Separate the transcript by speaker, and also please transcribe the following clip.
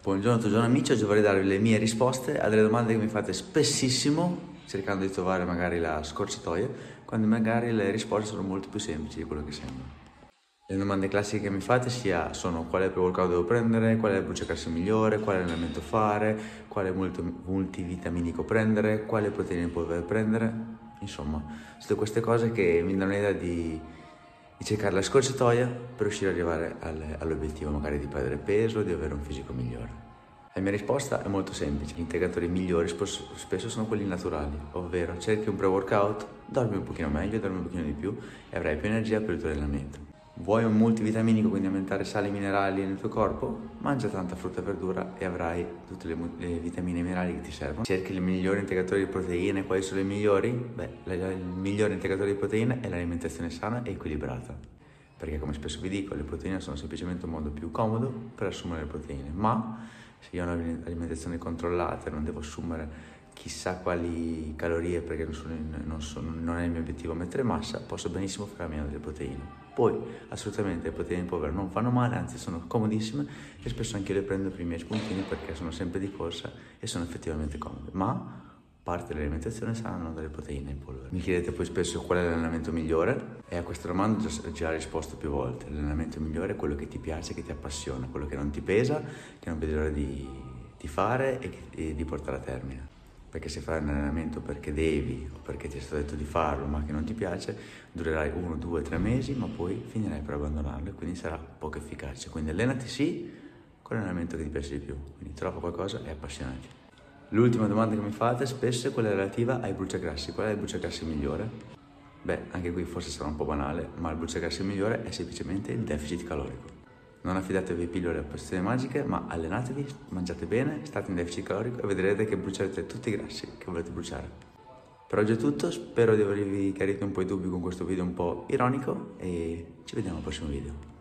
Speaker 1: Buongiorno amici, oggi vorrei darvi le mie risposte a delle domande che mi fate spessissimo, cercando di trovare magari la scorciatoia, quando magari le risposte sono molto più semplici di quello che sembra. Le domande classiche che mi fate sono quale pre-workout devo prendere, qual è il bruciacassi migliore, quale allenamento fare, quale multivitaminico prendere, quale proteine in polvere prendere, insomma, tutte queste cose che mi danno l'idea di cercare la scorciatoia per riuscire ad arrivare all'obiettivo magari di perdere peso, di avere un fisico migliore. La mia risposta è molto semplice, gli integratori migliori spesso sono quelli naturali, ovvero cerchi un pre-workout, dormi un pochino meglio, dormi un pochino di più e avrai più energia per il tuo allenamento. Vuoi un multivitaminico, quindi aumentare sali minerali nel tuo corpo? Mangia tanta frutta e verdura e avrai tutte le vitamine e minerali che ti servono. Cerchi il migliore integratore di proteine. Quali sono i migliori? Il migliore integratore di proteine è l'alimentazione sana e equilibrata. Perché come spesso vi dico, le proteine sono semplicemente un modo più comodo per assumere le proteine, ma se io ho un'alimentazione controllata e non devo assumere chissà quali calorie perché non è il mio obiettivo mettere massa, posso benissimo fare a meno delle proteine. Poi assolutamente le proteine in polvere non fanno male, anzi sono comodissime e spesso anche io le prendo per i miei spuntini perché sono sempre di corsa e sono effettivamente comode, ma parte dell'alimentazione saranno delle proteine in polvere. Mi chiedete poi spesso qual è l'allenamento migliore e a questa domanda ho già risposto più volte. L'allenamento migliore è quello che ti piace, che ti appassiona, quello che non ti pesa, che non vedi l'ora di fare e di portare a termine. Perché se fai un allenamento perché devi o perché ti è stato detto di farlo ma che non ti piace, durerai 1, 2, 3 mesi ma poi finirai per abbandonarlo e quindi sarà poco efficace. Quindi allenati sì con l'allenamento che ti piace di più, quindi trova qualcosa e appassionati. L'ultima domanda che mi fate spesso è quella relativa ai bruciagrassi. Qual è il bruciagrassi migliore? Beh, anche qui forse sarà un po' banale, ma il bruciagrassi migliore è semplicemente il deficit calorico. Non affidatevi a pillole a pozioni magiche, ma allenatevi, mangiate bene, state in deficit calorico e vedrete che brucerete tutti i grassi che volete bruciare. Per oggi è tutto, spero di avervi chiarito un po' i dubbi con questo video un po' ironico e ci vediamo al prossimo video.